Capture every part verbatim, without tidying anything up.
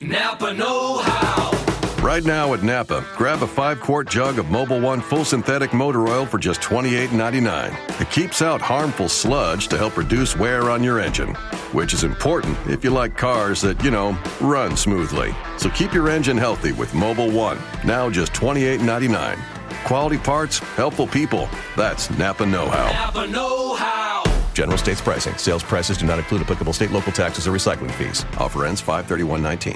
Napa know-how. Right now at Napa, grab a five-quart jug of Mobil one full synthetic motor oil for just twenty-eight ninety-nine. It keeps out harmful sludge to help reduce wear on your engine, which is important if you like cars that, you know, run smoothly. So keep your engine healthy with Mobil one, now just twenty-eight ninety-nine. Quality parts, helpful people. That's Napa know-how. Napa know-how. General States pricing. Sales prices do not include applicable state, local taxes, or recycling fees. Offer ends five thirty-one nineteen.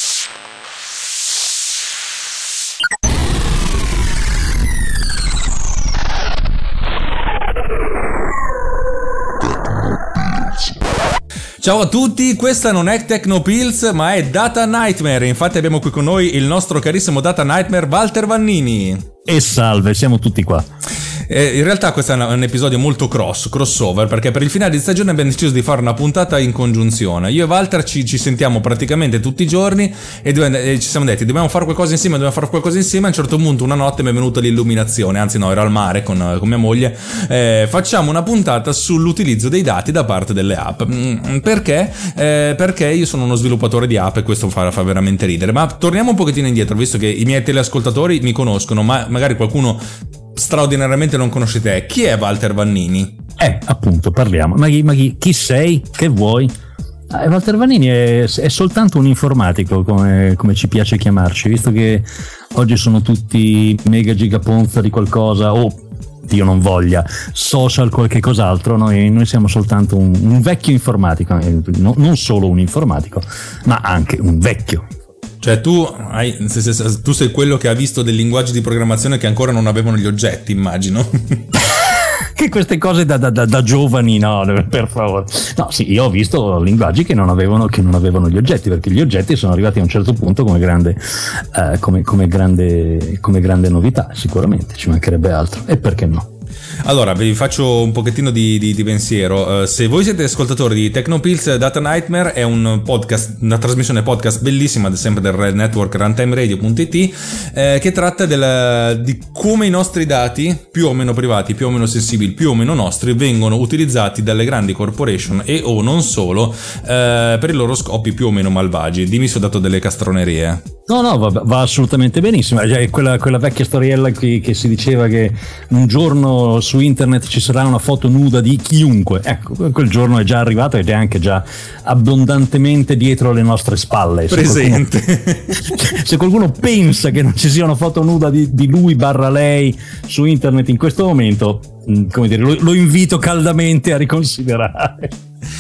Ciao a tutti, questa non è Tecnopills ma è Data Nightmare. Infatti abbiamo qui con noi il nostro carissimo Data Nightmare Walter Vannini. E salve, siamo tutti qua. Eh, in realtà questo è un episodio molto cross, crossover, perché per il finale di stagione abbiamo deciso di fare una puntata in congiunzione. Io e Walter ci, ci sentiamo praticamente tutti i giorni e, dove, e ci siamo detti dobbiamo fare qualcosa insieme, dobbiamo fare qualcosa insieme. A un certo punto una notte mi è venuta l'illuminazione, anzi no, ero al mare con, con mia moglie. Eh, facciamo una puntata sull'utilizzo dei dati da parte delle app. Perché? Eh, perché io sono uno sviluppatore di app e questo fa, fa veramente ridere. Ma torniamo un pochettino indietro, visto che i miei teleascoltatori mi conoscono, ma magari qualcuno straordinariamente non conoscete. Chi è Walter Vannini? Eh, appunto, parliamo. Ma chi, ma chi, chi sei? Che vuoi? Eh, Walter Vannini è, è soltanto un informatico, come, come ci piace chiamarci, visto che oggi sono tutti mega gigaponza di qualcosa, o Dio non voglia, social qualche cos'altro. Noi, noi siamo soltanto un, un vecchio informatico, no, non solo un informatico, ma anche un vecchio. Cioè tu, hai, se, se, se, tu sei quello che ha visto dei linguaggi di programmazione che ancora non avevano gli oggetti, immagino. Che queste cose da, da, da, da giovani, no, per favore. No, sì, io ho visto linguaggi che non avevano, che non avevano gli oggetti, perché gli oggetti sono arrivati a un certo punto come grande, eh, come, come grande, come grande novità, sicuramente, ci mancherebbe altro. E perché no? Allora, vi faccio un pochettino di, di, di pensiero. Uh, se voi siete ascoltatori di Tecnopills, Data Nightmare è un podcast, una trasmissione podcast bellissima, sempre del network runtime radio punto it, eh, che tratta del, di come i nostri dati, più o meno privati, più o meno sensibili, più o meno nostri, vengono utilizzati dalle grandi corporation e o non solo eh, per i loro scopi più o meno malvagi. Dimmi se ho dato delle castronerie. No, no, va, va assolutamente benissimo. È quella, quella vecchia storiella che, che si diceva che un giorno su internet ci sarà una foto nuda di chiunque. Ecco, quel giorno è già arrivato ed è anche già abbondantemente dietro le nostre spalle. Presente. Se qualcuno, se qualcuno pensa che non ci sia una foto nuda di, di lui barra lei su internet in questo momento, come dire, lo, lo invito caldamente a riconsiderare.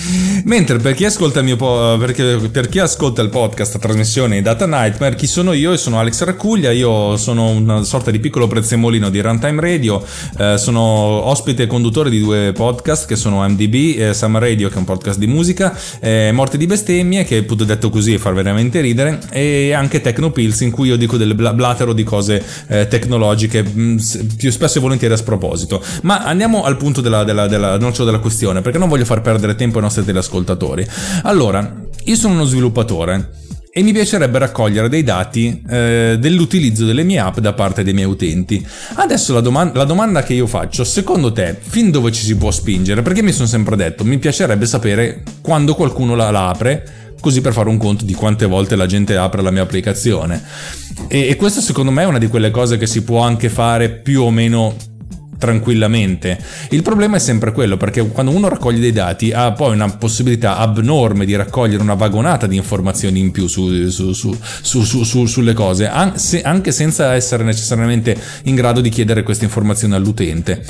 Mentre per chi ascolta il mio po- perché, per chi ascolta il podcast, la trasmissione Data Nightmare, chi sono io? Io sono Alex Raccuglia, io sono una sorta di piccolo prezzemolino di Runtime Radio, eh, sono ospite e conduttore di due podcast che sono M D B e Summer Radio, che è un podcast di musica, eh, Morte di bestemmie, che appunto detto così fa veramente ridere, e anche Tecnopills, in cui io dico del blatero di cose eh, tecnologiche, mh, più spesso e volentieri a sproposito. Ma andiamo al punto della, della, della nocciolo della questione, perché non voglio far perdere tempo ai nostri teleascoltatori. Allora, io sono uno sviluppatore e mi piacerebbe raccogliere dei dati eh, dell'utilizzo delle mie app da parte dei miei utenti. Adesso la, doma- la domanda che io faccio: secondo te, fin dove ci si può spingere? Perché mi sono sempre detto, mi piacerebbe sapere quando qualcuno la, la apre, così per fare un conto di quante volte la gente apre la mia applicazione. E, e questo secondo me è una di quelle cose che si può anche fare più o meno tranquillamente. Il problema è sempre quello, perché quando uno raccoglie dei dati ha poi una possibilità abnorme di raccogliere una vagonata di informazioni in più su, su, su, su, su, su, sulle cose, anche senza essere necessariamente in grado di chiedere queste informazioni all'utente.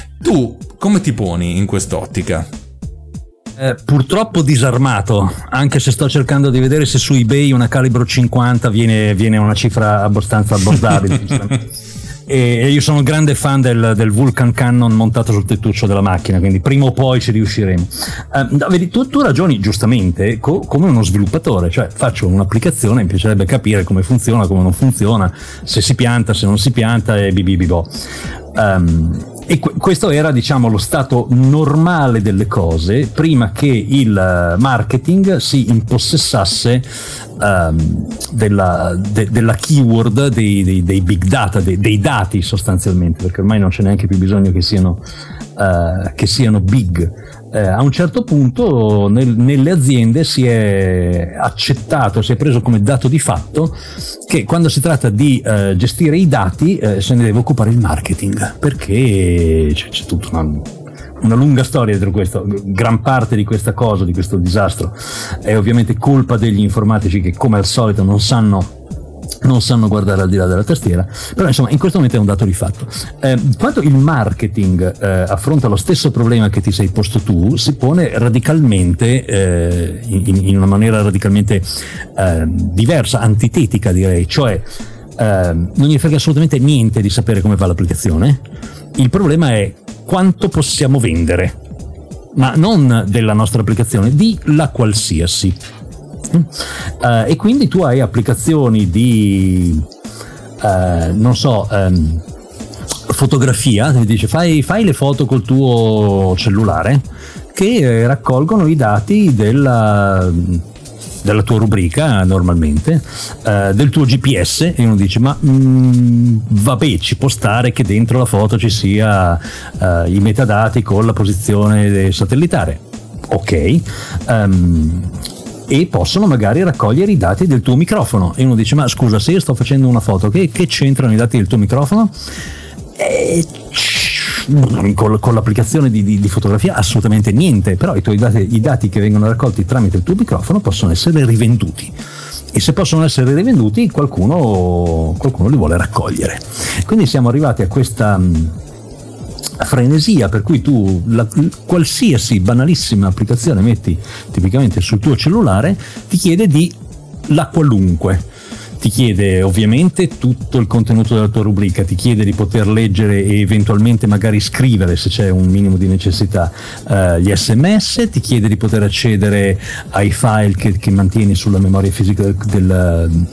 Tu come ti poni in quest'ottica? Eh, purtroppo disarmato, anche se sto cercando di vedere se su eBay una calibro cinquanta viene, viene una cifra abbastanza abbordabile. E io sono grande fan del, del Vulcan Cannon montato sul tettuccio della macchina, quindi prima o poi ci riusciremo. Uh, vedi, tu, tu ragioni giustamente co- come uno sviluppatore, cioè faccio un'applicazione, mi piacerebbe capire come funziona, come non funziona, se si pianta, se non si pianta e bibibibò. Um, e que- questo era, diciamo, lo stato normale delle cose prima che il marketing si impossessasse um, della, de- della keyword dei, dei, dei big data, dei, dei dati sostanzialmente, perché ormai non c'è neanche più bisogno che siano uh, che siano big. eh, a un certo punto nel, nelle aziende si è accettato, si è preso come dato di fatto che quando si tratta di eh, gestire i dati eh, se ne deve occupare il marketing, perché c'è, c'è tutta una, una lunga storia dietro questo. Gran parte di questa cosa, di questo disastro, è ovviamente colpa degli informatici che come al solito non sanno non sanno guardare al di là della tastiera, però insomma in questo momento è un dato di fatto. Eh, quando il marketing eh, affronta lo stesso problema che ti sei posto tu, si pone radicalmente eh, in, in una maniera radicalmente eh, diversa, antitetica direi, cioè eh, non gli frega assolutamente niente di sapere come va l'applicazione. Il problema è quanto possiamo vendere, ma non della nostra applicazione, di la qualsiasi. Uh, e quindi tu hai applicazioni di uh, non so um, fotografia, ti dice fai, fai le foto col tuo cellulare che eh, raccolgono i dati della, della tua rubrica normalmente, uh, del tuo G P S, e uno dice ma mh, vabbè, ci può stare che dentro la foto ci sia uh, i metadati con la posizione satellitare, ok, um, e possono magari raccogliere i dati del tuo microfono, e uno dice ma scusa, se io sto facendo una foto, che, che c'entrano i dati del tuo microfono? E con, con l'applicazione di, di, di fotografia assolutamente niente, però i tuoi dati, i dati che vengono raccolti tramite il tuo microfono possono essere rivenduti, e se possono essere rivenduti qualcuno, qualcuno li vuole raccogliere. Quindi siamo arrivati a questa frenesia per cui tu la, qualsiasi banalissima applicazione metti tipicamente sul tuo cellulare ti chiede di la qualunque, ti chiede ovviamente tutto il contenuto della tua rubrica, ti chiede di poter leggere e eventualmente magari scrivere se c'è un minimo di necessità uh, gli sms, ti chiede di poter accedere ai file che, che mantieni sulla memoria fisica del, del,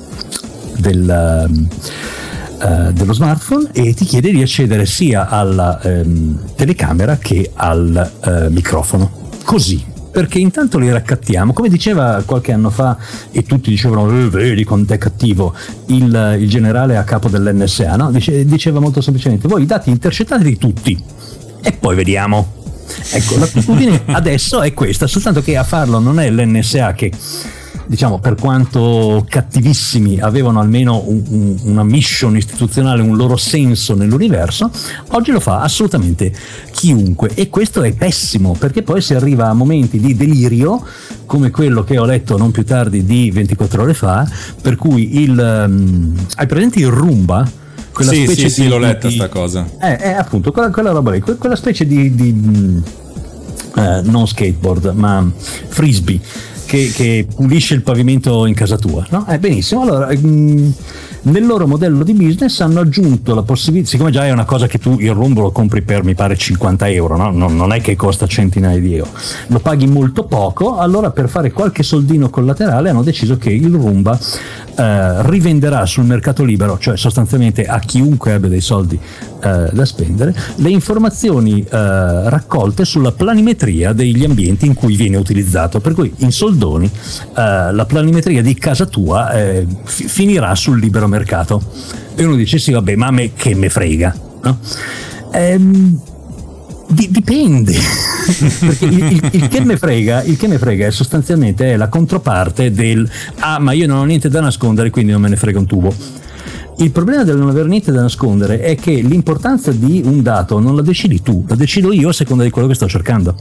del Uh, dello smartphone, e ti chiede di accedere sia alla um, telecamera che al uh, microfono, così, perché intanto li raccattiamo, come diceva qualche anno fa, e tutti dicevano eh, vedi quanto è cattivo il, il generale a capo dell'N S A, no? Dice, diceva molto semplicemente voi i dati intercettateli tutti e poi vediamo. Ecco, l'attitudine adesso è questa, soltanto che a farlo non è l'N S A che, diciamo, per quanto cattivissimi avevano almeno un, un, una mission istituzionale, un loro senso nell'universo, oggi lo fa assolutamente chiunque, e questo è pessimo, perché poi si arriva a momenti di delirio come quello che ho letto non più tardi di ventiquattro ore fa, per cui il um, hai presente il Roomba? Quella sì, specie sì, di, sì, l'ho letta di, sta cosa. Eh, eh, appunto, quella, quella roba lì, quella specie di, di eh, non skateboard, ma frisbee, Che, che pulisce il pavimento in casa tua, no? Eh, benissimo. Allora, mh, nel loro modello di business hanno aggiunto la possibilità, siccome già è una cosa che tu il Roomba lo compri per mi pare cinquanta euro, no? Non, non è che costa centinaia di euro, lo paghi molto poco, allora per fare qualche soldino collaterale hanno deciso che il Roomba eh, rivenderà sul mercato libero, cioè sostanzialmente a chiunque abbia dei soldi eh, da spendere, le informazioni eh, raccolte sulla planimetria degli ambienti in cui viene utilizzato, per cui in soldoni eh, la planimetria di casa tua eh, f- finirà sul libero mercato. E uno dice sì vabbè, ma a me che me frega, no? Ehm, di- dipende perché il, il, il che me frega il che me frega è sostanzialmente è la controparte del ah ma io non ho niente da nascondere quindi non me ne frega un tubo. Il problema del non aver niente da nascondere è che l'importanza di un dato non la decidi tu, la decido io a seconda di quello che sto cercando.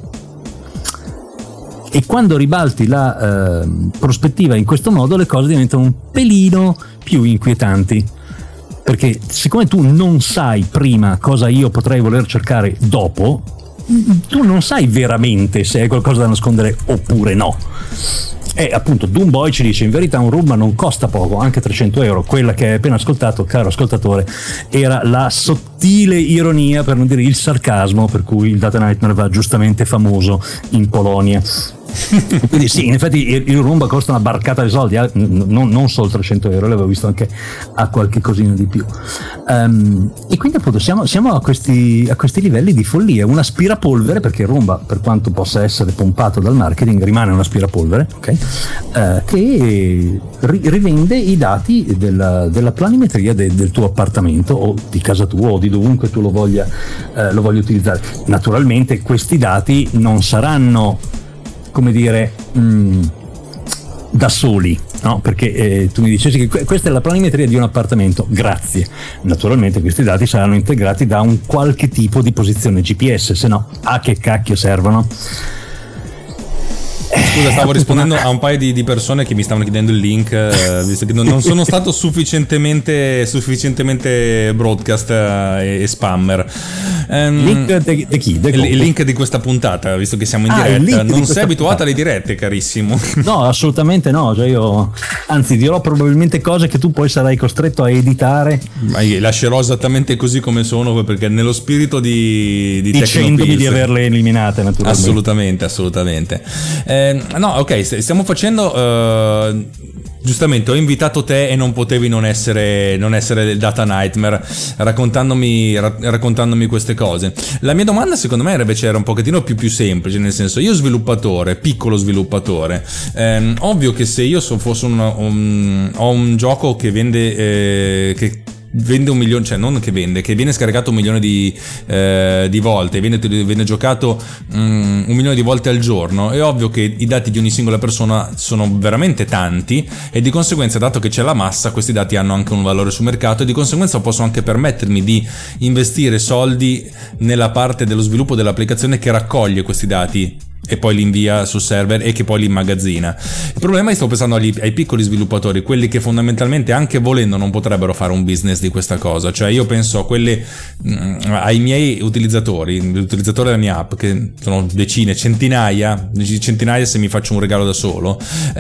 E quando ribalti la eh, prospettiva in questo modo, le cose diventano un pelino più inquietanti, perché siccome tu non sai prima cosa io potrei voler cercare dopo, tu non sai veramente se hai qualcosa da nascondere oppure no. E appunto Doomboy ci dice in verità un Roomba non costa poco, anche trecento euro. Quella che hai appena ascoltato, caro ascoltatore, era la sottile ironia, per non dire il sarcasmo, per cui il Data Nightmare va giustamente famoso in Polonia. Quindi sì, in effetti il, il Roomba costa una barcata di soldi, eh? non, non solo trecento euro, l'avevo visto anche a qualche cosina di più. Um, e quindi appunto siamo, siamo a, questi, a questi livelli di follia. Un aspirapolvere, perché il Roomba, per quanto possa essere pompato dal marketing, rimane un aspirapolvere, okay? uh, che ri- rivende i dati della, della planimetria de, del tuo appartamento o di casa tua o di dovunque tu lo voglia, uh, lo voglia utilizzare. Naturalmente questi dati non saranno, come dire, mh, da soli, no? Perché eh, tu mi dicessi che questa è la planimetria di un appartamento, grazie. Naturalmente questi dati saranno integrati da un qualche tipo di posizione G P S, se no a che cacchio servono? Scusa, stavo rispondendo a un paio di, di persone che mi stavano chiedendo il link, eh, visto che non, non sono stato sufficientemente sufficientemente broadcast eh, e spammer. Um, link di chi? De il, il link di questa puntata, visto che siamo in ah, diretta. Non sei abituato alle dirette, carissimo. No, assolutamente no. Cioè io, anzi, dirò probabilmente cose che tu poi sarai costretto a editare. Ma io lascerò esattamente così come sono, perché nello spirito di, di dicendomi di averle eliminate, naturalmente. Assolutamente, assolutamente. Eh, no, ok, stiamo facendo. Uh, giustamente ho invitato te e non potevi non essere non essere Data Nightmare raccontandomi ra- raccontandomi queste cose. La mia domanda secondo me invece era un pochettino più più semplice, nel senso, io sviluppatore, piccolo sviluppatore, ehm, ovvio che se io so, fosse un, un ho un gioco che vende eh, che vende un milione, cioè non che vende, che viene scaricato un milione di, eh, di volte, viene, viene giocato um, un milione di volte al giorno, è ovvio che i dati di ogni singola persona sono veramente tanti e di conseguenza, dato che c'è la massa, questi dati hanno anche un valore sul mercato e di conseguenza posso anche permettermi di investire soldi nella parte dello sviluppo dell'applicazione che raccoglie questi dati e poi li invia sul server e che poi li immagazzina. Il problema è che sto pensando agli, ai piccoli sviluppatori, quelli che fondamentalmente anche volendo non potrebbero fare un business di questa cosa. Cioè io penso a quelli, ai miei utilizzatori, l'utilizzatore della mia app, che sono decine, centinaia centinaia se mi faccio un regalo da solo,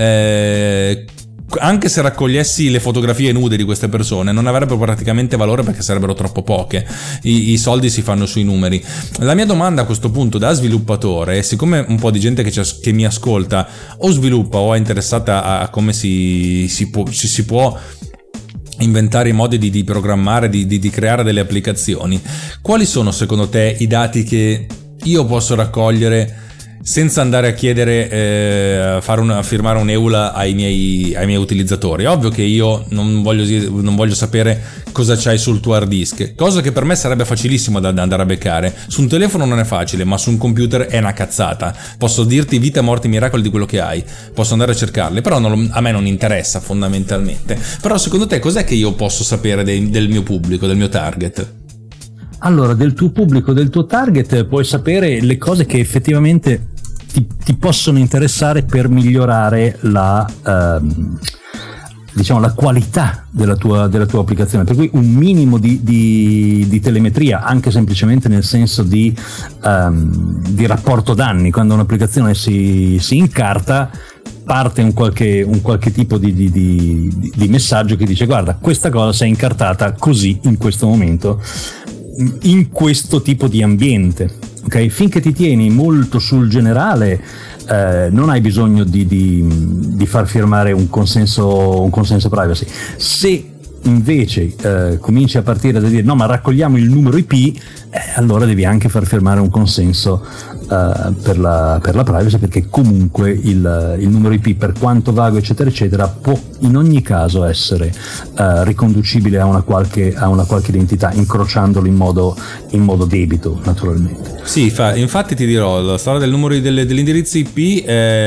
eh, anche se raccogliessi le fotografie nude di queste persone non avrebbero praticamente valore perché sarebbero troppo poche. I, i soldi si fanno sui numeri. La mia domanda a questo punto da sviluppatore, siccome un po' di gente che, che mi ascolta o sviluppa o è interessata a, a come si, si, può, ci si può inventare i modi di, di programmare, di, di, di creare delle applicazioni, quali sono secondo te i dati che io posso raccogliere senza andare a chiedere eh, a fare una, a firmare un'eula ai miei, ai miei utilizzatori? Ovvio che io non voglio, non voglio sapere cosa c'hai sul tuo hard disk, cosa che per me sarebbe facilissimo da, da andare a beccare. Su un telefono non è facile, ma su un computer è una cazzata. Posso dirti vita, morte, miracoli di quello che hai, posso andare a cercarli, però non, a me non interessa fondamentalmente. Però secondo te cos'è che io posso sapere de, del mio pubblico, del mio target? Allora, del tuo pubblico, del tuo target, puoi sapere le cose che effettivamente ti, ti possono interessare per migliorare la, ehm, diciamo, la qualità della tua, della tua applicazione. Per cui un minimo di, di, di telemetria, anche semplicemente nel senso di, ehm, di rapporto danni. Quando un'applicazione si, si incarta, parte un qualche, un qualche tipo di, di, di, di messaggio che dice: guarda, questa cosa si è incartata così in questo momento, in questo tipo di ambiente. Ok, finché ti tieni molto sul generale, eh, non hai bisogno di, di, di far firmare un consenso, un consenso privacy. Se invece eh, cominci a partire da dire no, ma raccogliamo il numero I P, eh, allora devi anche far firmare un consenso eh, per, la, per la privacy, perché comunque il, il numero I P, per quanto vago eccetera eccetera, può in ogni caso essere eh, riconducibile a una qualche, a una qualche identità, incrociandolo in modo, in modo debito, naturalmente. Sì, fa, infatti ti dirò, la storia del numero delle, dell'indirizzo I P,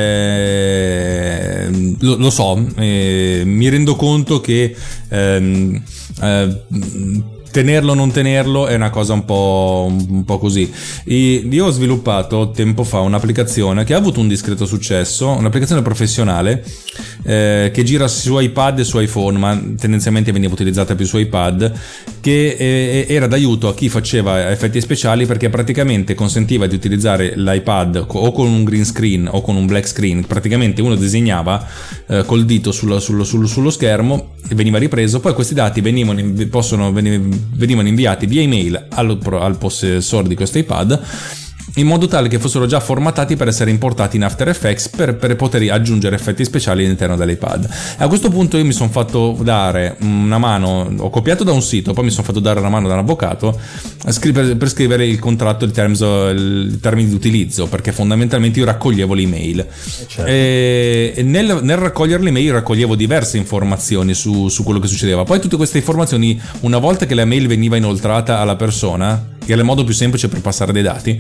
eh, lo, lo so, eh, mi rendo conto che ehm, eh, tenerlo o non tenerlo è una cosa un po', un po' così. Io ho sviluppato tempo fa un'applicazione che ha avuto un discreto successo, un'applicazione professionale eh, che gira su iPad e su iPhone, ma tendenzialmente veniva utilizzata più su iPad, che eh, era d'aiuto a chi faceva effetti speciali, perché praticamente consentiva di utilizzare l'iPad o con un green screen o con un black screen. Praticamente uno disegnava eh, col dito sullo, sullo, sullo, sullo schermo e veniva ripreso, poi questi dati venivano, possono, venivano inviati via email al, al possessore di questo iPad, in modo tale che fossero già formattati per essere importati in After Effects per, per poter aggiungere effetti speciali all'interno dell'iPad. E a questo punto io mi sono fatto dare una mano, ho copiato da un sito, poi mi sono fatto dare una mano da un avvocato a scrivere, per scrivere il contratto, il, terms, il termine di utilizzo, perché fondamentalmente io raccoglievo le email, certo. e, e nel, nel raccogliere le email raccoglievo diverse informazioni su, su quello che succedeva. Poi tutte queste informazioni, una volta che la mail veniva inoltrata alla persona, che era il modo più semplice per passare dei dati,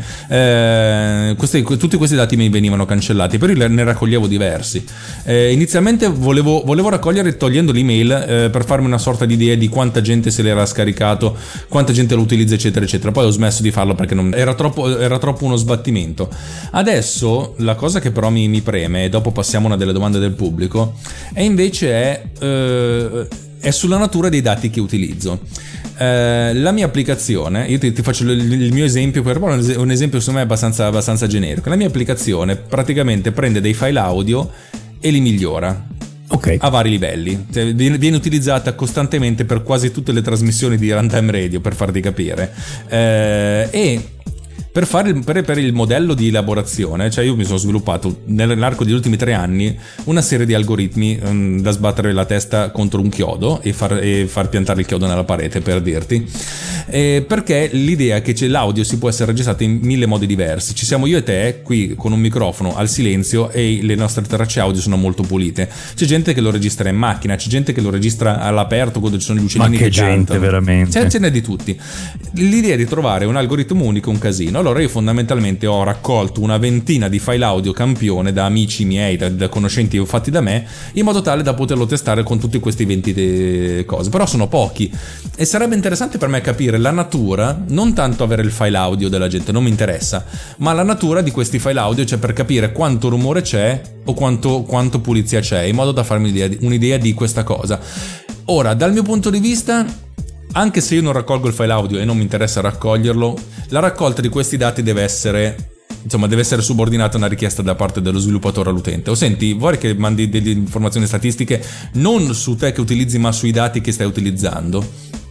eh, questi, tutti questi dati mi venivano cancellati, però io ne raccoglievo diversi. Eh, inizialmente volevo, volevo raccogliere togliendo l'email eh, per farmi una sorta di idea di quanta gente se l'era scaricato, quanta gente lo utilizza, eccetera eccetera. Poi ho smesso di farlo perché non, era, troppo, era troppo uno sbattimento. Adesso la cosa che però mi, mi preme, e dopo passiamo a una delle domande del pubblico, è invece è, eh, è sulla natura dei dati che utilizzo. Uh, la mia applicazione, io ti, ti faccio il, il mio esempio, per un esempio secondo me abbastanza, abbastanza generico. La mia applicazione praticamente prende dei file audio e li migliora, okay, a vari livelli. Cioè, viene, viene utilizzata costantemente per quasi tutte le trasmissioni di Runtime Radio, per farti capire, uh, e Per, fare il, per, per il modello di elaborazione, cioè io mi sono sviluppato nell'arco degli ultimi tre anni una serie di algoritmi um, da sbattere la testa contro un chiodo e far, e far piantare il chiodo nella parete, per dirti, eh, perché l'idea è che c'è, l'audio si può essere registrato in mille modi diversi. Ci siamo io e te qui con un microfono al silenzio e le nostre tracce audio sono molto pulite. C'è gente che lo registra in macchina, c'è gente che lo registra all'aperto quando ci sono gli uccellini. Ma che, che gente cantano. veramente, c'è, ce n'è di tutti. L'idea di trovare un algoritmo unico è un casino. Allora io fondamentalmente ho raccolto una ventina di file audio campione da amici miei, da, da conoscenti fatti da me, in modo tale da poterlo testare con tutti questi venti de- cose. Però sono pochi e sarebbe interessante per me capire la natura, non tanto avere il file audio della gente, non mi interessa, ma la natura di questi file audio, cioè per capire quanto rumore c'è o quanto, quanto pulizia c'è, in modo da farmi un'idea di, un'idea di questa cosa. Ora, dal mio punto di vista, anche se io non raccolgo il file audio e non mi interessa raccoglierlo, la raccolta di questi dati deve essere, insomma, deve essere subordinata a una richiesta da parte dello sviluppatore all'utente. O senti, vuoi che mandi delle informazioni statistiche non su te che utilizzi, ma sui dati che stai utilizzando?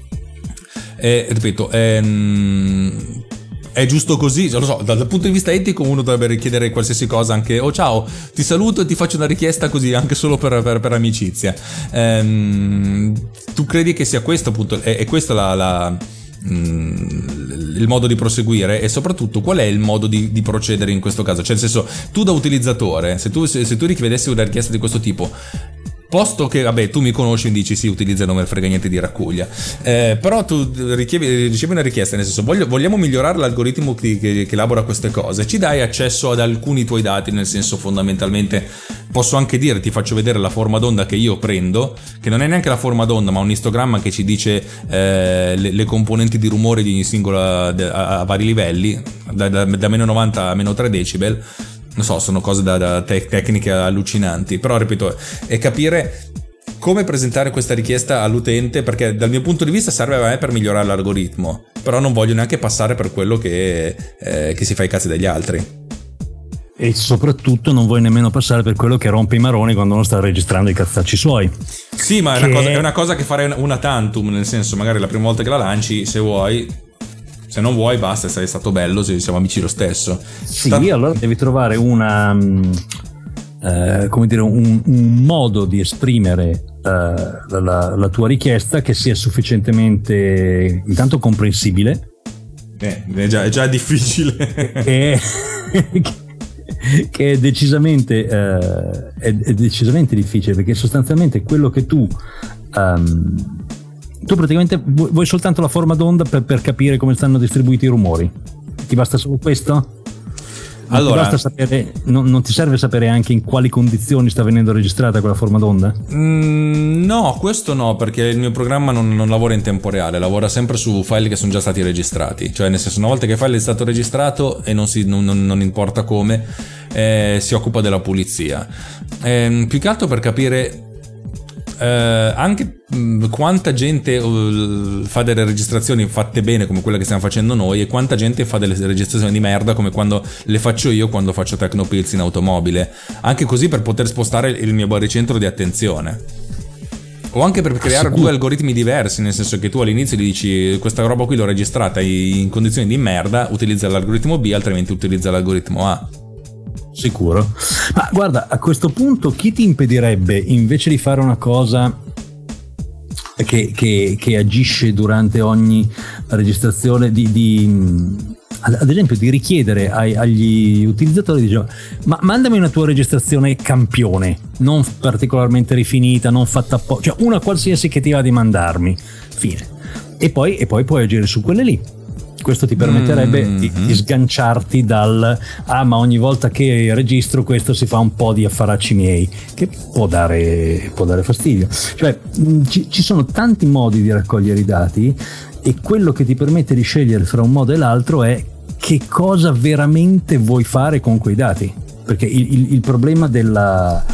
E, ripeto, è, è giusto così, lo so, dal punto di vista etico uno dovrebbe richiedere qualsiasi cosa, anche oh ciao, ti saluto e ti faccio una richiesta così, anche solo per, per, per amicizia. Ehm, tu credi che sia questo appunto, è, è questa la, la mm, il modo di proseguire, e soprattutto qual è il modo di, di procedere in questo caso? Cioè, nel senso, tu da utilizzatore, se tu, se, se tu richiedessi una richiesta di questo tipo, posto che, vabbè, tu mi conosci e dici sì, utilizza, non me ne frega niente di raccuglia, eh, però tu ricevi, ricevi una richiesta, nel senso, voglio, vogliamo migliorare l'algoritmo che, che, che elabora queste cose, ci dai accesso ad alcuni tuoi dati, nel senso, fondamentalmente posso anche dire, ti faccio vedere la forma d'onda che io prendo, che non è neanche la forma d'onda, ma un istogramma che ci dice eh, le, le componenti di rumore di ogni singola, a, a vari livelli, da, da, da meno novanta a meno tre decibel. Non so, sono cose da, da te- tecniche allucinanti, però ripeto, è capire come presentare questa richiesta all'utente, perché dal mio punto di vista serve a me per migliorare l'algoritmo, però non voglio neanche passare per quello che, eh, che si fa i cazzi degli altri. E soprattutto non vuoi nemmeno passare per quello che rompe i maroni quando uno sta registrando i cazzacci suoi. Sì, ma che... è, una cosa, è una cosa che farei una tantum, nel senso, magari la prima volta che la lanci, se vuoi... Se non vuoi, basta, sei stato bello, se siamo amici lo stesso. Sì, T- allora devi trovare una, eh, come dire, un, un modo di esprimere eh, la, la tua richiesta che sia sufficientemente, intanto, comprensibile. Eh, è già, è già difficile. Che, che è decisamente, eh, è, è decisamente difficile, perché sostanzialmente quello che tu... Um, tu praticamente vuoi soltanto la forma d'onda per, per capire come stanno distribuiti i rumori. Ti basta solo questo? Non allora, ti basta sapere, non, non ti serve sapere anche in quali condizioni sta venendo registrata quella forma d'onda? Mm, no, questo no, perché il mio programma non, non lavora in tempo reale, lavora sempre su file che sono già stati registrati. Cioè, nel senso, una volta che il file è stato registrato e non, si, non, non, non importa come, eh, si occupa della pulizia. Eh, più che altro per capire eh, anche mh, quanta gente uh, fa delle registrazioni fatte bene come quella che stiamo facendo noi, e quanta gente fa delle registrazioni di merda come quando le faccio io quando faccio Tecnopills in automobile, anche così per poter spostare il mio baricentro di attenzione. O anche per creare Sicuro. due algoritmi diversi, nel senso che tu all'inizio gli dici questa roba qui l'ho registrata in condizioni di merda, utilizza l'algoritmo B, altrimenti utilizza l'algoritmo A. Sicuro. Ma guarda, a questo punto chi ti impedirebbe, invece di fare una cosa che, che, che agisce durante ogni registrazione, di, di ad esempio di richiedere ai, agli utilizzatori, diciamo, ma mandami una tua registrazione campione, non particolarmente rifinita, non fatta apposta, cioè una qualsiasi che ti va di mandarmi, fine, e poi, e poi puoi agire su quelle lì. Questo ti permetterebbe mm-hmm. di, di sganciarti dal ah ma ogni volta che registro questo si fa un po' di affaracci miei, che può dare, può dare fastidio. Cioè ci, ci sono tanti modi di raccogliere i dati, e quello che ti permette di scegliere fra un modo e l'altro è che cosa veramente vuoi fare con quei dati, perché il, il, il problema della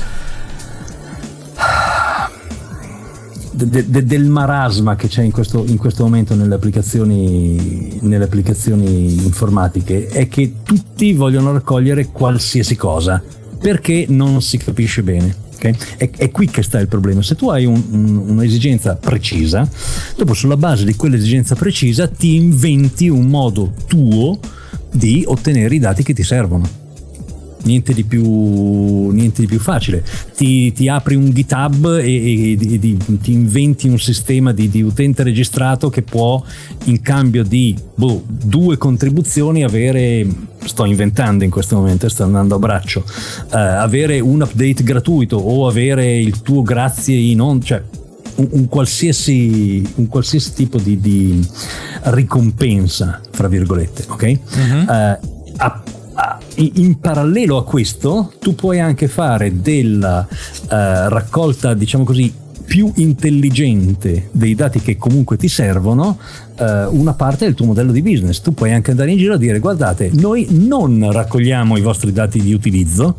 De, de, del marasma che c'è in questo, in questo momento nelle applicazioni, nelle applicazioni informatiche è che tutti vogliono raccogliere qualsiasi cosa perché non si capisce bene. Okay? È, è qui che sta il problema. Se tu hai un, un, un'esigenza precisa, dopo sulla base di quell'esigenza precisa ti inventi un modo tuo di ottenere i dati che ti servono. Niente di più, niente di più facile. Ti, ti apri un GitHub e, e, e di, ti inventi un sistema di, di utente registrato che può, in cambio di boh, due contribuzioni, avere, sto inventando in questo momento, sto andando a braccio, uh, avere un update gratuito o avere il tuo grazie in on, cioè un, un qualsiasi un qualsiasi tipo di, di ricompensa, fra virgolette, ok? Uh-huh. Uh, a, in parallelo a questo tu puoi anche fare della uh, raccolta, diciamo così, più intelligente dei dati che comunque ti servono, uh, una parte del tuo modello di business. Tu puoi anche andare in giro a dire: guardate, noi non raccogliamo i vostri dati di utilizzo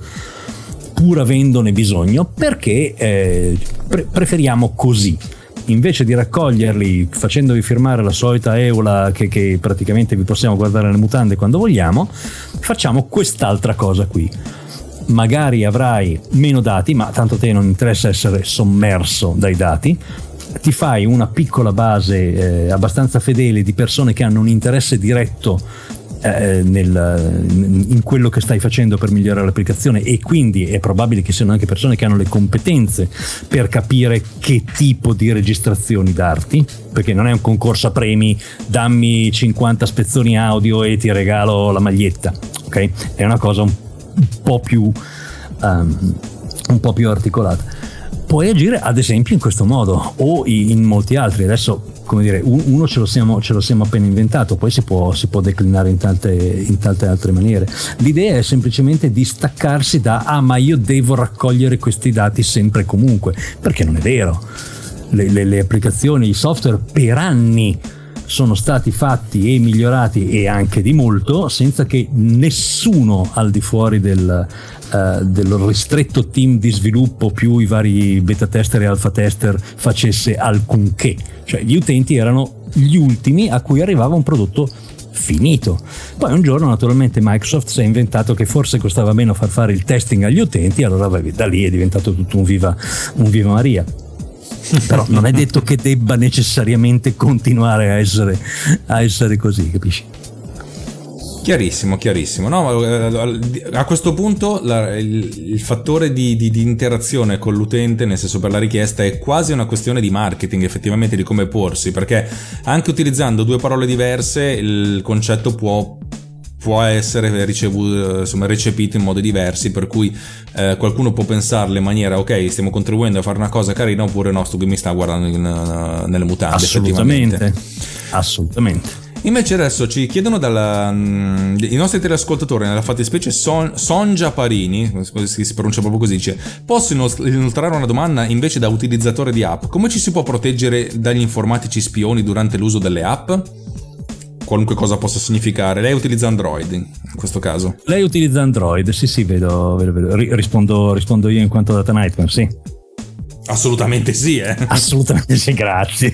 pur avendone bisogno, perché eh, pre- preferiamo così. Invece di raccoglierli facendovi firmare la solita E U L A che, che praticamente vi possiamo guardare nelle mutande quando vogliamo, facciamo quest'altra cosa qui. Magari avrai meno dati, ma tanto a te non interessa essere sommerso dai dati. Ti fai una piccola base eh, abbastanza fedele di persone che hanno un interesse diretto eh, nel, in quello che stai facendo per migliorare l'applicazione, e quindi è probabile che siano anche persone che hanno le competenze per capire che tipo di registrazioni darti, perché non è un concorso a premi, dammi cinquanta spezzoni audio e ti regalo la maglietta, ok? È una cosa un, un po' più um, un po' più articolata. Puoi agire ad esempio in questo modo o in molti altri. Adesso, come dire, uno ce lo siamo, ce lo siamo appena inventato, poi si può, si può declinare in tante, in tante altre maniere. L'idea è semplicemente di staccarsi da ah ma io devo raccogliere questi dati sempre e comunque, perché non è vero. Le, le, le applicazioni, i software per anni sono stati fatti e migliorati, e anche di molto, senza che nessuno al di fuori del Uh, del ristretto team di sviluppo più i vari beta tester e alfa tester facesse alcunché. Cioè gli utenti erano gli ultimi a cui arrivava un prodotto finito. Poi un giorno naturalmente Microsoft si è inventato che forse costava meno far fare il testing agli utenti, allora beh, da lì è diventato tutto un viva, un viva Maria. Però non è detto che debba necessariamente continuare a essere, a essere così, capisci? Chiarissimo, chiarissimo. No, a questo punto la, il, il fattore di, di, di interazione con l'utente, nel senso per la richiesta, è quasi una questione di marketing, effettivamente, di come porsi, perché anche utilizzando due parole diverse il concetto può può essere ricevuto, insomma, recepito in modi diversi, per cui eh, qualcuno può pensarle in maniera ok, stiamo contribuendo a fare una cosa carina, oppure no, sto che mi sta guardando in, uh, nelle mutande. Assolutamente, assolutamente. Invece adesso ci chiedono dalla, mh, i nostri teleascoltatori, nella fattispecie Son, Sonja Parini, si pronuncia proprio così, dice: posso inoltrare una domanda invece da utilizzatore di app? Come ci si può proteggere dagli informatici spioni durante l'uso delle app? Qualunque cosa possa significare. Lei utilizza Android in questo caso? Lei utilizza Android, sì sì, vedo, vedo, vedo. Rispondo, rispondo io in quanto data nightmare, sì. Assolutamente sì, eh. Assolutamente sì, grazie.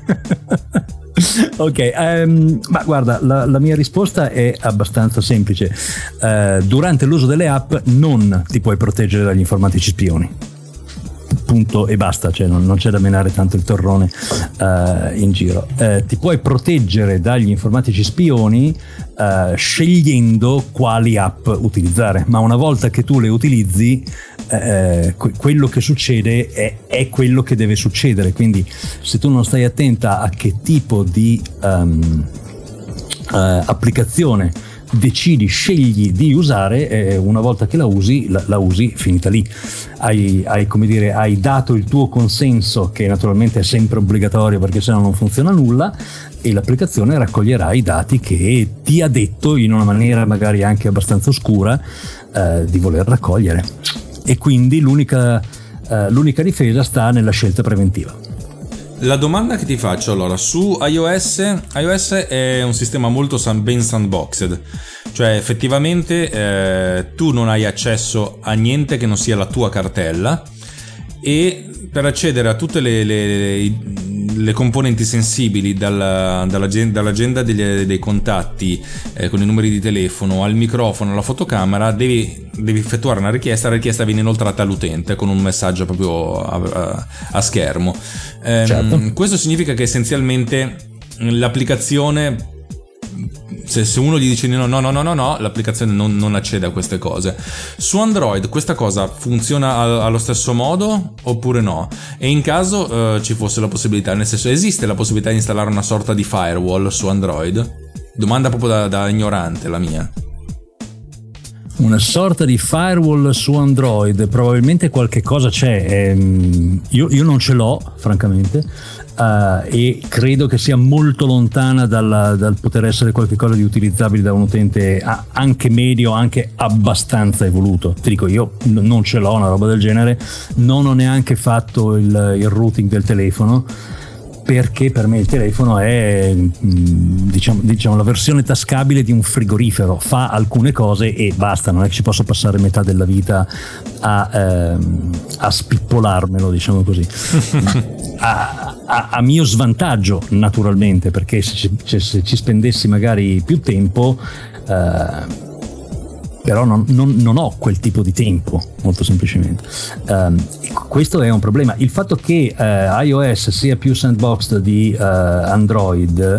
Ok, um, ma guarda, la, la mia risposta è abbastanza semplice. Uh, durante l'uso delle app non ti puoi proteggere dagli informatici spioni. punto e basta, cioè non, non c'è da menare tanto il torrone uh, in giro. Uh, ti puoi proteggere dagli informatici spioni uh, scegliendo quali app utilizzare, ma una volta che tu le utilizzi uh, que- quello che succede è, è quello che deve succedere, quindi se tu non stai attenta a che tipo di um, uh, applicazione decidi, scegli di usare, eh, una volta che la usi, la, la usi finita lì. Hai, hai, come dire, hai dato il tuo consenso, che naturalmente è sempre obbligatorio perché sennò non funziona nulla, e l'applicazione raccoglierà i dati che ti ha detto in una maniera magari anche abbastanza oscura eh, di voler raccogliere, e quindi l'unica, eh, l'unica difesa sta nella scelta preventiva. La domanda che ti faccio, allora, su iOS, iOS è un sistema molto ben sandboxed, cioè effettivamente eh, tu non hai accesso a niente che non sia la tua cartella, e per accedere a tutte le, le, le componenti sensibili, dalla, dall'agenda, dall'agenda degli, dei contatti eh, con i numeri di telefono al microfono, alla fotocamera, devi, devi effettuare una richiesta. La richiesta viene inoltrata all'utente con un messaggio proprio a, a, a schermo. Eh, certo. Questo significa che essenzialmente l'applicazione, se, se uno gli dice no no no no no no l'applicazione non, non accede a queste cose. Su Android questa cosa funziona a, allo stesso modo oppure no? E in caso eh, ci fosse la possibilità, nel senso, esiste la possibilità di installare una sorta di firewall su Android? Domanda proprio da, da ignorante la mia. Una sorta di firewall su Android, probabilmente qualche cosa c'è, ehm, io, io non ce l'ho francamente, uh, e credo che sia molto lontana dal, dal poter essere qualcosa di utilizzabile da un utente a, anche medio, anche abbastanza evoluto. Ti dico, io n- non ce l'ho una roba del genere, non ho neanche fatto il, il routing del telefono, perché per me il telefono è diciamo, diciamo la versione tascabile di un frigorifero, fa alcune cose e basta, non è che ci posso passare metà della vita a, ehm, a spippolarmelo, diciamo così. a, a, a mio svantaggio naturalmente, perché se ci, se ci spendessi magari più tempo eh, però non, non, non ho quel tipo di tempo, molto semplicemente. Um, questo è un problema. Il fatto che uh, iOS sia più sandboxed di uh, Android,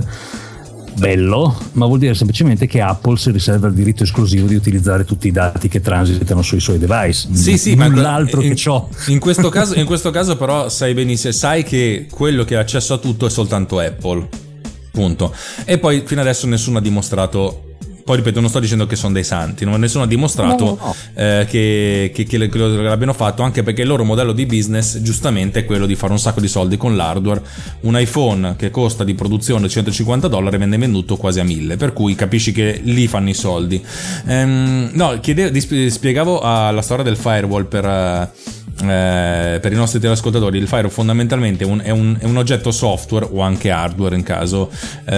bello, ma vuol dire semplicemente che Apple si riserva il diritto esclusivo di utilizzare tutti i dati che transitano sui suoi device. Sì, sì, null'altro ma che ciò. In questo caso, in questo caso però sai benissimo, sai che quello che ha accesso a tutto è soltanto Apple. Punto. E poi fino adesso nessuno ha dimostrato. Poi ripeto, non sto dicendo che sono dei santi, no? Nessuno ha dimostrato no, no. Eh, che, che, che, che l'abbiano fatto, anche perché il loro modello di business giustamente è quello di fare un sacco di soldi con l'hardware. Un iPhone che costa di produzione centocinquanta dollari venne venduto quasi a mille, per cui capisci che lì fanno i soldi. Ehm, no, chiedevo, spiegavo uh, la storia del firewall per... Uh, Eh, per i nostri teleascoltatori. Il firewall fondamentalmente è un, è, un, è un oggetto software o anche hardware in caso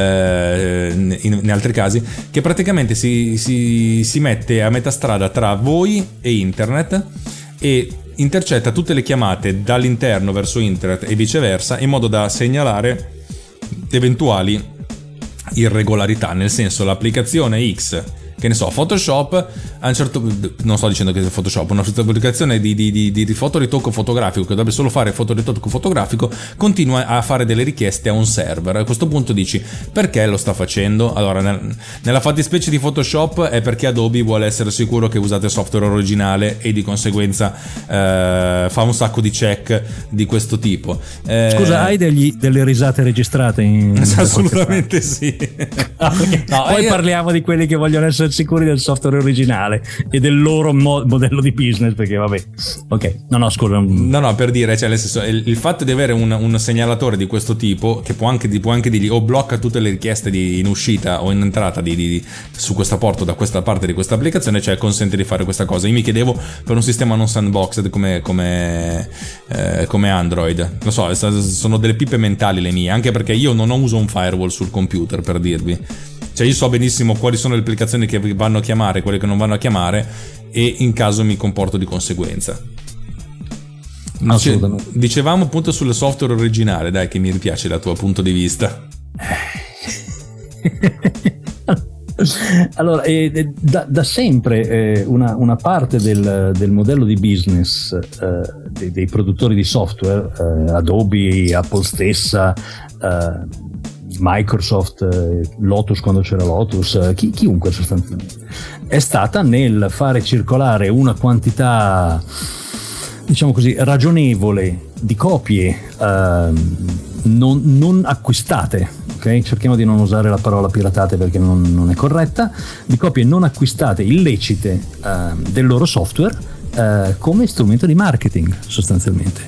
eh, in, in altri casi, che praticamente si, si, si mette a metà strada tra voi e internet e intercetta tutte le chiamate dall'interno verso internet e viceversa, in modo da segnalare eventuali irregolarità. Nel senso, l'applicazione X, che ne so, Photoshop, a un certo, non sto dicendo che è Photoshop, una applicazione di, di, di, di fotoritocco fotografico che dovrebbe solo fare fotoritocco fotografico, continua a fare delle richieste a un server. A questo punto dici, perché lo sta facendo? Allora, nel, nella fattispecie di Photoshop è perché Adobe vuole essere sicuro che usate software originale e di conseguenza eh, fa un sacco di check di questo tipo. Eh, Scusa, hai degli, delle risate registrate? In assolutamente sì. Okay. No, poi io... parliamo di quelli che vogliono essere sicuri del software originale e del loro mo- modello di business, perché vabbè, ok, no no scusa, no no per dire, cioè nel senso, il, il fatto di avere un, un segnalatore di questo tipo che può anche, può anche dirgli o blocca tutte le richieste di, in uscita o in entrata di, di, su questa porta o da questa parte di questa applicazione, cioè consente di fare questa cosa. Io mi chiedevo, per un sistema non sandboxed come, come, eh, come Android, lo so, sono delle pippe mentali le mie, anche perché io non uso un firewall sul computer, per dirvi. Cioè io so benissimo quali sono le applicazioni che vanno a chiamare, quelle che non vanno a chiamare, e in caso mi comporto di conseguenza. Assolutamente. Dicevamo appunto sul software originale, dai, che mi piace dal tuo punto di vista. Allora, eh, da, da sempre eh, una, una parte del, del modello di business eh, dei, dei produttori di software, eh, Adobe, Apple stessa, eh, Microsoft, eh, Lotus quando c'era Lotus, eh, chi, chiunque sostanzialmente, è stata nel fare circolare una quantità, diciamo così, ragionevole di copie eh, non, non acquistate. Okay? Cerchiamo di non usare la parola piratate perché non, non è corretta, di copie non acquistate, illecite, eh, del loro software, eh, come strumento di marketing sostanzialmente.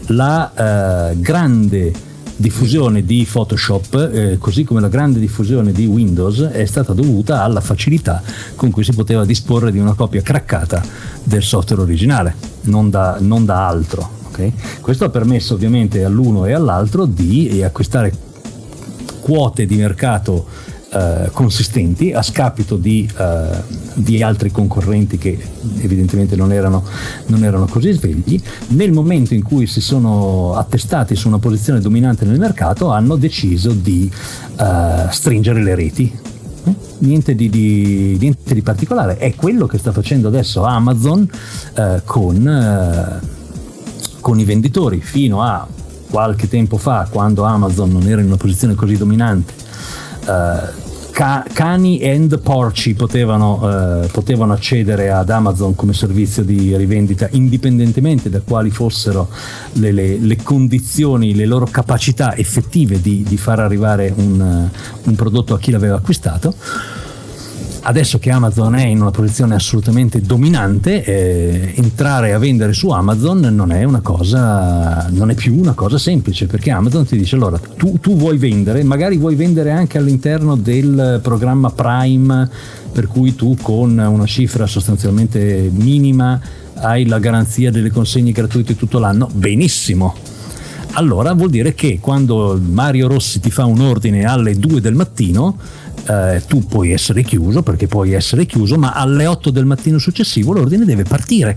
La eh, grande diffusione di Photoshop, eh, così come la grande diffusione di Windows, è stata dovuta alla facilità con cui si poteva disporre di una copia craccata del software originale, non da, non da altro. Okay? Questo ha permesso ovviamente all'uno e all'altro di acquistare quote di mercato eh, consistenti a scapito di, eh, di altri concorrenti che evidentemente non erano, non erano così svegli. Nel momento in cui si sono attestati su una posizione dominante nel mercato, hanno deciso di eh, stringere le reti. Eh? Niente, di, di, niente di particolare, è quello che sta facendo adesso Amazon eh, con, eh, con i venditori. Fino a qualche tempo fa, quando Amazon non era in una posizione così dominante, uh, ca- cani and porci potevano, uh, potevano accedere ad Amazon come servizio di rivendita indipendentemente da quali fossero le, le, le condizioni, le loro capacità effettive di, di far arrivare un, uh, un prodotto a chi l'aveva acquistato. Adesso che Amazon è in una posizione assolutamente dominante, eh, entrare a vendere su Amazon non è una cosa, non è più una cosa semplice, perché Amazon ti dice: allora tu, tu vuoi vendere, magari vuoi vendere anche all'interno del programma Prime, per cui tu con una cifra sostanzialmente minima hai la garanzia delle consegne gratuite tutto l'anno. Benissimo. Allora vuol dire che quando Mario Rossi ti fa un ordine alle due del mattino, eh, tu puoi essere chiuso, perché puoi essere chiuso, ma alle otto del mattino successivo l'ordine deve partire.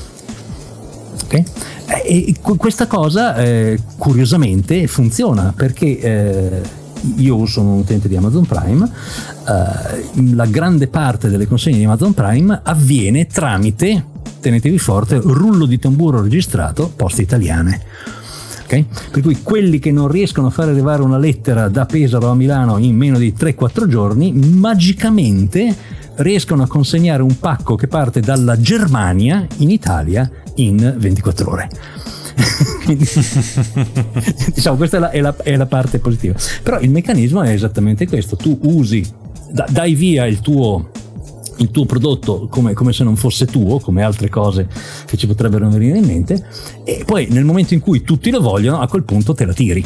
Okay? E questa cosa eh, curiosamente funziona, perché eh, io sono un utente di Amazon Prime, eh, la grande parte delle consegne di Amazon Prime avviene tramite, tenetevi forte, rullo di tamburo registrato, Poste Italiane. Okay? Per cui quelli che non riescono a far arrivare una lettera da Pesaro a Milano in meno di tre quattro giorni, magicamente riescono a consegnare un pacco che parte dalla Germania in Italia in ventiquattro ore. Quindi, diciamo, questa è la, è, la, è la parte positiva. Però il meccanismo è esattamente questo: tu usi, da, dai via il tuo il tuo prodotto come, come se non fosse tuo, come altre cose che ci potrebbero venire in mente, e poi nel momento in cui tutti lo vogliono, a quel punto te la tiri.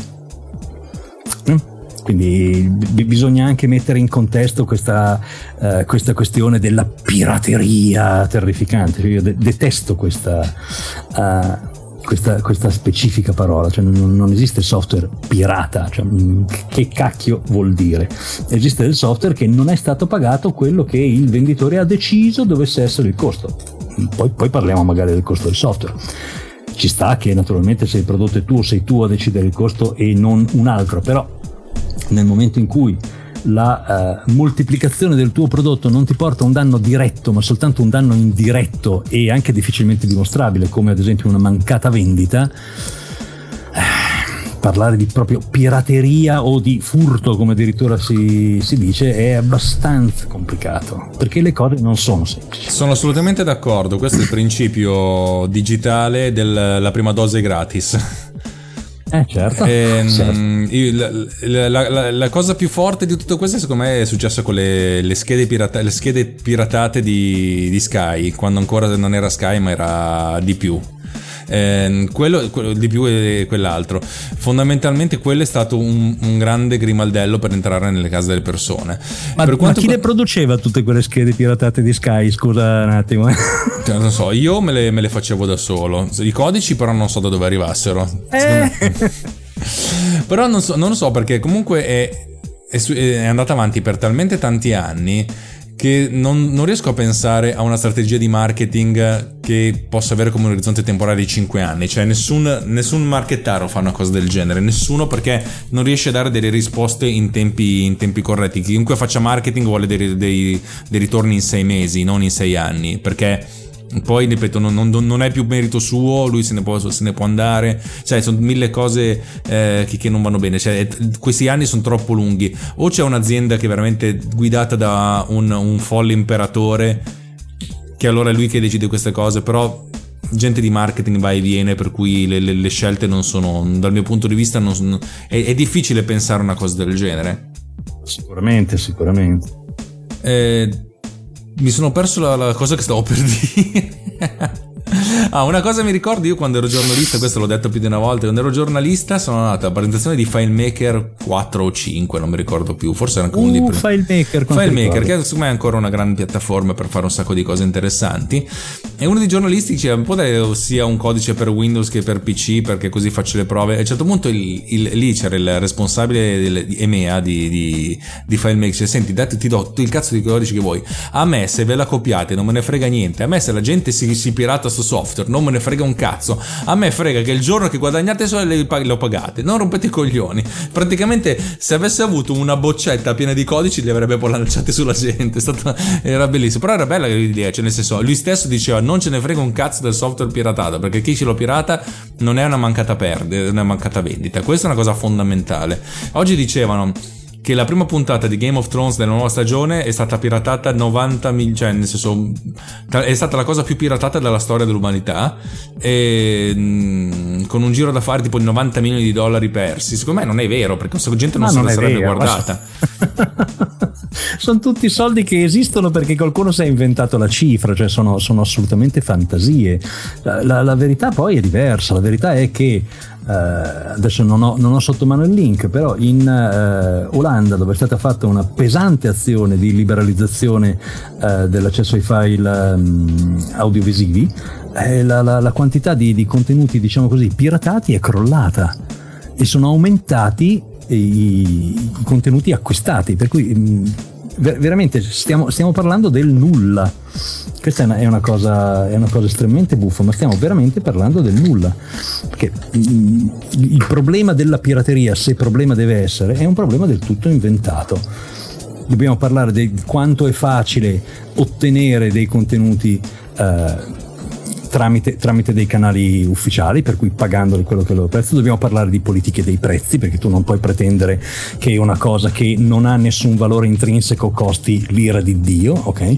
Quindi b- bisogna anche mettere in contesto questa, uh, questa questione della pirateria terrificante. Io de- detesto questa, uh, questa, questa specifica parola, cioè non, non esiste software pirata, cioè, che cacchio vuol dire? Esiste del software che non è stato pagato quello che il venditore ha deciso dovesse essere il costo. Poi, poi parliamo magari del costo del software. Ci sta che naturalmente se il prodotto è tuo, sei tu a decidere il costo e non un altro, però nel momento in cui la uh, moltiplicazione del tuo prodotto non ti porta un danno diretto, ma soltanto un danno indiretto e anche difficilmente dimostrabile, come ad esempio una mancata vendita, eh, parlare di proprio pirateria o di furto, come addirittura si, si dice, è abbastanza complicato, perché le cose non sono semplici. Sono assolutamente d'accordo. Questo è il principio digitale della prima dose gratis. Eh certo, e, certo. La, la, la, la cosa più forte di tutto questo secondo me è successo con le, le, schede, pirata, le schede piratate di, di Sky, quando ancora non era Sky ma era di più. Eh, quello, quello di più e quell'altro, fondamentalmente quello è stato un, un grande grimaldello per entrare nelle case delle persone. Ma, per quanto ma chi pa- le produceva tutte quelle schede piratate di Sky? Scusa un attimo. Non so, io me le, me le facevo da solo. I codici però non so da dove arrivassero. Eh. Però non so, non lo so, perché comunque è, è, è andata avanti per talmente tanti anni che non, non riesco a pensare a una strategia di marketing che possa avere come un orizzonte temporale di cinque anni. Cioè nessun, nessun marchettaro fa una cosa del genere, nessuno, perché non riesce a dare delle risposte in tempi, in tempi corretti. Chiunque faccia marketing vuole dei, dei, dei ritorni in sei mesi, non in sei anni, perché Poi ripeto, non, non, non è più merito suo, lui se ne può, se ne può andare, cioè sono mille cose eh, che, che non vanno bene, cioè, questi anni sono troppo lunghi. O c'è un'azienda che è veramente guidata da un, un folle imperatore, che allora è lui che decide queste cose, però gente di marketing va e viene, per cui le, le, le scelte non sono, dal mio punto di vista non sono, è, è difficile pensare una cosa del genere. Sicuramente, sicuramente. Eh, mi sono perso la, la cosa che stavo per dire. Ah, una cosa mi ricordo, io quando ero giornalista, questo l'ho detto più di una volta, quando ero giornalista sono andato alla presentazione di FileMaker quattro o cinque, non mi ricordo più, forse era anche uno uh, di prima. FileMaker, FileMaker, che secondo me è ancora una grande piattaforma per fare un sacco di cose interessanti, e uno dei giornalisti diceva un po' sia un codice per Windows che per P C, perché così faccio le prove. E a un certo punto il, il, lì c'era il responsabile del, di E M E A di, di, di FileMaker, cioè, senti, dati, ti do il cazzo di codice che vuoi, a me se ve la copiate non me ne frega niente, a me se la gente si, si pirata sto software non me ne frega un cazzo, a me frega che il giorno che guadagnate solo le, lo pagate, non rompete i coglioni. Praticamente se avesse avuto una boccetta piena di codici li avrebbe poi lanciati sulla gente. È stata, era bellissimo, però era bella l'idea, cioè nel senso, lui stesso diceva non ce ne frega un cazzo del software piratato, perché chi ce lo pirata non è una mancata perdita, è una mancata vendita. Questa è una cosa fondamentale. Oggi dicevano che la prima puntata di Game of Thrones della nuova stagione è stata piratata novanta mila, cioè nel senso è stata la cosa più piratata della storia dell'umanità, e mh, con un giro d'affari tipo di novanta milioni di dollari persi. Secondo me non è vero, perché questa gente non Ma se non la è sarebbe vero, guardata. Sono tutti soldi che esistono perché qualcuno si è inventato la cifra, cioè sono, sono assolutamente fantasie. La, la, la verità poi è diversa, la verità è che Uh, adesso non ho, non ho sotto mano il link, però in uh, Olanda, dove è stata fatta una pesante azione di liberalizzazione uh, dell'accesso ai file um, audiovisivi, eh, la, la, la quantità di, di contenuti, diciamo così, piratati è crollata e sono aumentati i, i contenuti acquistati, per cui um, ver- veramente stiamo, stiamo parlando del nulla. Questa è una, è una cosa è una cosa estremamente buffa, ma stiamo veramente parlando del nulla, perché mh, il problema della pirateria, se problema deve essere, è un problema del tutto inventato. Dobbiamo parlare di quanto è facile ottenere dei contenuti eh, tramite, tramite dei canali ufficiali, per cui pagandoli quello che è il loro prezzo. Dobbiamo parlare di politiche dei prezzi, perché tu non puoi pretendere che una cosa che non ha nessun valore intrinseco costi l'ira di Dio, ok?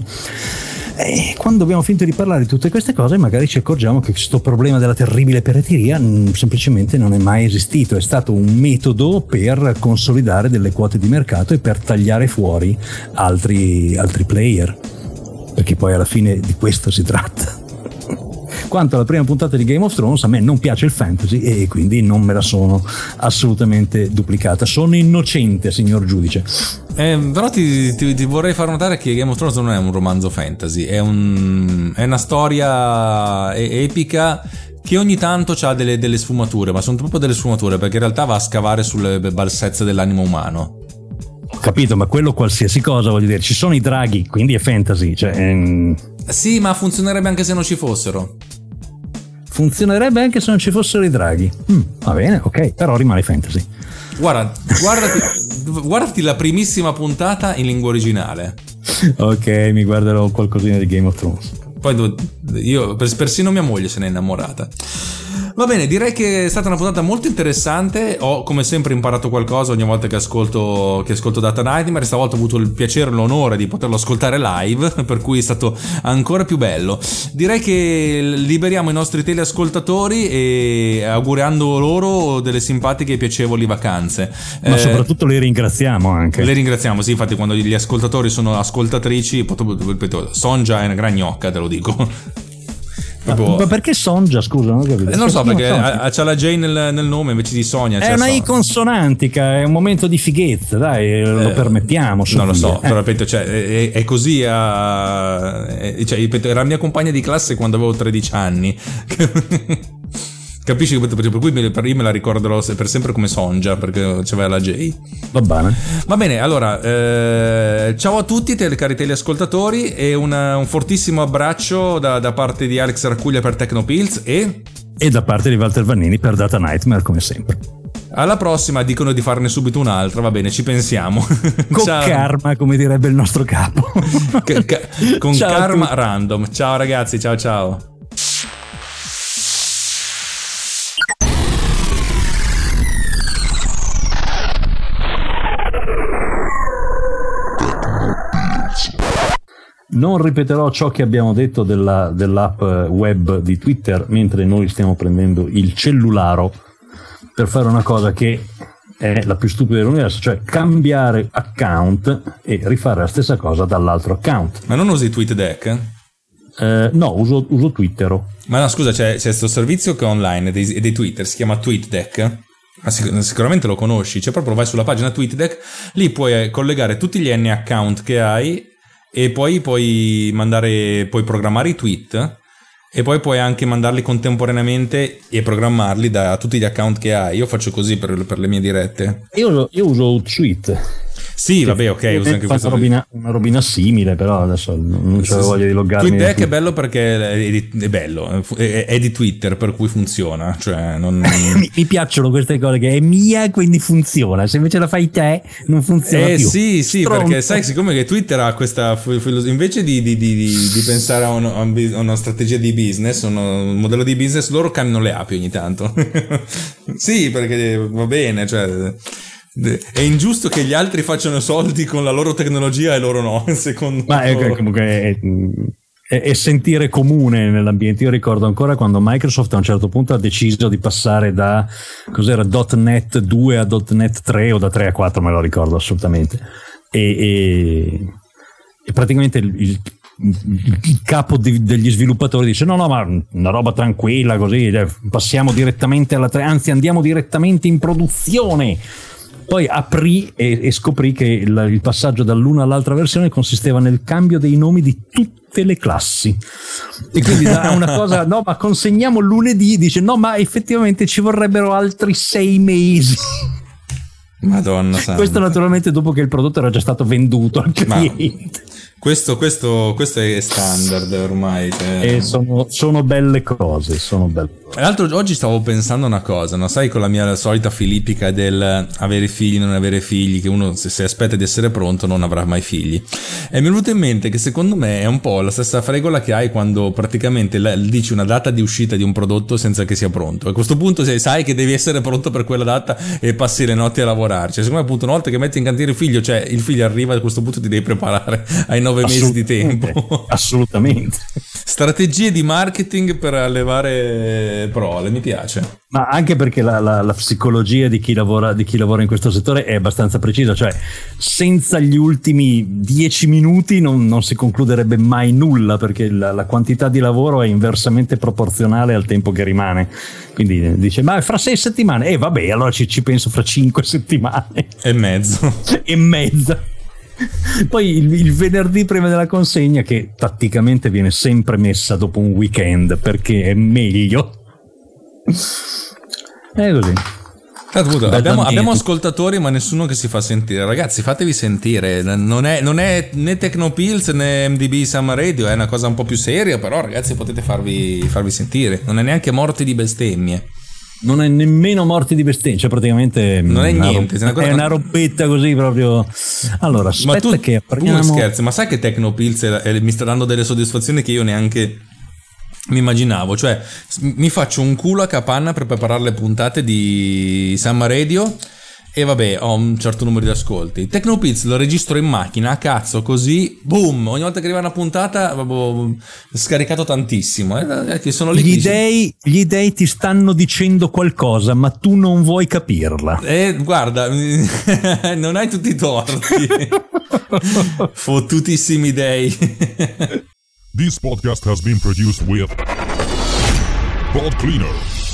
E quando abbiamo finito di parlare di tutte queste cose, magari ci accorgiamo che questo problema della terribile pirateria mh, semplicemente non è mai esistito, è stato un metodo per consolidare delle quote di mercato e per tagliare fuori altri, altri player, perché poi alla fine di questo si tratta. Quanto alla prima puntata di Game of Thrones, a me non piace il fantasy e quindi non me la sono assolutamente duplicata. Sono innocente, signor giudice. Eh, però ti, ti, ti vorrei far notare che Game of Thrones non è un romanzo fantasy, è, un, è una storia epica che ogni tanto ha delle, delle sfumature, ma sono proprio delle sfumature, perché in realtà va a scavare sulle balsezze dell'animo umano. Ho capito, ma quello qualsiasi cosa, voglio dire, ci sono i draghi, quindi è fantasy, cioè, ehm... sì, ma funzionerebbe anche se non ci fossero. Funzionerebbe anche se non ci fossero i draghi. Mm, va bene, ok, però rimane fantasy. Guarda, guardati, guardati la primissima puntata in lingua originale. Ok, mi guarderò qualcosina di Game of Thrones. Poi io, persino mia moglie se n'è innamorata. Va bene, direi che è stata una puntata molto interessante. Ho come sempre imparato qualcosa ogni volta che ascolto che ascolto Data Nightmare. Stavolta ho avuto il piacere e l'onore di poterlo ascoltare live, per cui è stato ancora più bello. Direi che liberiamo i nostri teleascoltatori e augurando loro delle simpatiche e piacevoli vacanze. Ma eh, soprattutto le ringraziamo anche. Le ringraziamo, sì, infatti quando gli ascoltatori sono ascoltatrici, ripeto, Sonja è una gran gnocca, te lo dico. Proprio... Ma perché Sonja, scusa? Non, eh, non lo so, perché ha, c'ha la J nel, nel nome invece di Sonia. È una I consonantica, è un momento di fighezza, dai, eh, lo permettiamo. Non lo so, eh. però ripeto, cioè, è, è così a, è, cioè, ripeto, era la mia compagna di classe quando avevo tredici anni. Capisci? Per cui per io me la ricorderò per sempre come Sonja, perché c'aveva la J. Va bene. Va bene, allora eh, ciao a tutti, te, cari teleascoltatori, e una, un fortissimo abbraccio da, da parte di Alex Raccuglia per Tecnopills e... e da parte di Walter Vannini per Data Nightmare, come sempre. Alla prossima dicono di farne subito un'altra, va bene, ci pensiamo. Con karma, come direbbe il nostro capo. Ca- ca- con ciao karma random. Ciao ragazzi, ciao ciao. Non ripeterò ciò che abbiamo detto della, dell'app web di Twitter mentre noi stiamo prendendo il cellularo per fare una cosa che è la più stupida dell'universo, cioè cambiare account e rifare la stessa cosa dall'altro account. Ma non usi TweetDeck? Eh, no, uso, uso Twitter. Ma no, scusa, c'è questo servizio che è online dei, dei Twitter, si chiama TweetDeck. Ma sic- sicuramente lo conosci, cioè proprio vai sulla pagina TweetDeck, lì puoi collegare tutti gli N account che hai e poi puoi mandare, puoi programmare i tweet e poi puoi anche mandarli contemporaneamente e programmarli da tutti gli account che hai. Io faccio così per, per le mie dirette. Io, io uso Hootsuite. Sì, vabbè, ok, uso anche questo. Una robina, una robina simile, però adesso non c'ho sì, voglia di loggarmi. TweetDeck è bello perché è, di, è bello, è, è di Twitter, per cui funziona. Cioè non... mi, mi piacciono queste cose che è mia, quindi funziona. Se invece la fai te, non funziona eh, più. Sì, sì, Stronzo. Perché sai, siccome che Twitter ha questa invece di, di, di, di, di pensare a, un, a una strategia di business, un modello di business, loro cambiano le api ogni tanto. Sì, perché va bene, cioè. È ingiusto che gli altri facciano soldi con la loro tecnologia e loro no, secondo me. Ma è, comunque è, è, è sentire comune nell'ambiente. Io ricordo ancora quando Microsoft a un certo punto ha deciso di passare da cos'era .NET due a .NET tre o da tre a quattro, me lo ricordo assolutamente. E, e, e praticamente il, il il capo di, degli sviluppatori dice no no ma una roba tranquilla così, passiamo direttamente alla tre, anzi andiamo direttamente in produzione. Poi aprì e, e scoprì che il, il passaggio dall'una all'altra versione consisteva nel cambio dei nomi di tutte le classi, e quindi da una cosa no ma consegniamo lunedì, dice no ma effettivamente ci vorrebbero altri sei mesi. Madonna santa. Questo naturalmente dopo che il prodotto era già stato venduto al cliente. Questo, questo, questo è standard ormai. Cioè. E sono, sono belle cose, sono belle cose. Tra l'altro oggi stavo pensando una cosa, no? Sai, con la mia solita filippica del avere figli, non avere figli, che uno se, se aspetta di essere pronto non avrà mai figli. E mi è venuto in mente che secondo me è un po' la stessa fregola che hai quando praticamente la, dici una data di uscita di un prodotto senza che sia pronto. A questo punto se sai che devi essere pronto per quella data e passi le notti a lavorarci. Secondo me appunto una volta che metti in cantiere il figlio, cioè il figlio arriva, a questo punto ti devi preparare ai nove mesi di tempo. Assolutamente. Strategie di marketing per allevare prole, mi piace. Ma anche perché la, la, la psicologia di chi lavora di chi lavora in questo settore è abbastanza precisa, cioè senza gli ultimi dieci minuti non, non si concluderebbe mai nulla, perché la, la quantità di lavoro è inversamente proporzionale al tempo che rimane. Quindi dice ma fra sei settimane, e eh, vabbè allora ci, ci penso fra cinque settimane e mezzo e mezza. Poi il, il venerdì prima della consegna, che tatticamente viene sempre messa dopo un weekend perché è meglio. È così. Appunto, abbiamo, abbiamo ascoltatori ma nessuno che si fa sentire. Ragazzi, fatevi sentire. Non è, non è né Tecnopills né M D B Summer Radio, è una cosa un po' più seria, però ragazzi potete farvi, farvi sentire. Non è neanche morti di bestemmie. Non è nemmeno morti di bestemmie, cioè praticamente non è niente, rob- è una robetta così proprio. Allora, aspetta, ma tu, che apriamo. Tu scherzi, ma sai che Tecnopills eh, mi sta dando delle soddisfazioni che io neanche mi immaginavo, cioè mi faccio un culo a capanna per preparare le puntate di Summer Radio e vabbè, ho un certo numero di ascolti. Tecnopills lo registro in macchina a cazzo, così boom, ogni volta che arriva una puntata avevo scaricato tantissimo, eh, sono lì gli dei, gli dei ti stanno dicendo qualcosa ma tu non vuoi capirla. Eh, guarda, non hai tutti i torti. Fottutissimi dei. This podcast has been produced with Pod Cleaner.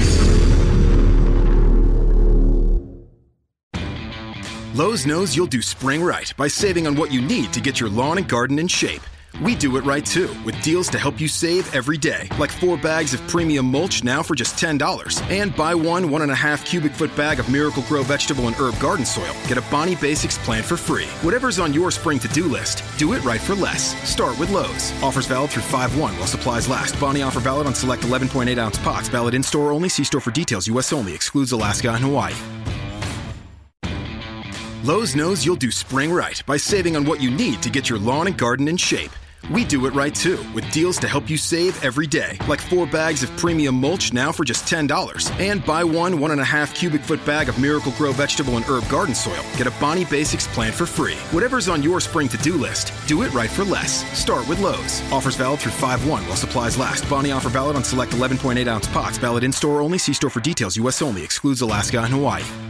Lowe's knows you'll do spring right by saving on what you need to get your lawn and garden in shape. We do it right too, with deals to help you save every day, like four bags of premium mulch now for just ten dollars. And buy one one and a half cubic foot bag of Miracle-Gro vegetable and herb garden soil. Get a Bonnie Basics plant for free. Whatever's on your spring to-do list, do it right for less. Start with Lowe's. Offers valid through five one while supplies last. Bonnie offer valid on select eleven point eight ounce pots. Valid in-store only. See store for details. U S only. Excludes Alaska and Hawaii. Lowe's knows you'll do spring right by saving on what you need to get your lawn and garden in shape. We do it right too, with deals to help you save every day, like four bags of premium mulch now for just ten dollars. And buy one one and a half cubic foot bag of Miracle-Gro vegetable and herb garden soil. Get a Bonnie Basics plant for free. Whatever's on your spring to-do list, do it right for less. Start with Lowe's. Offers valid through five one while supplies last. Bonnie offer valid on select eleven point eight ounce pots. Valid in-store only. See store for details. U S only. Excludes Alaska and Hawaii.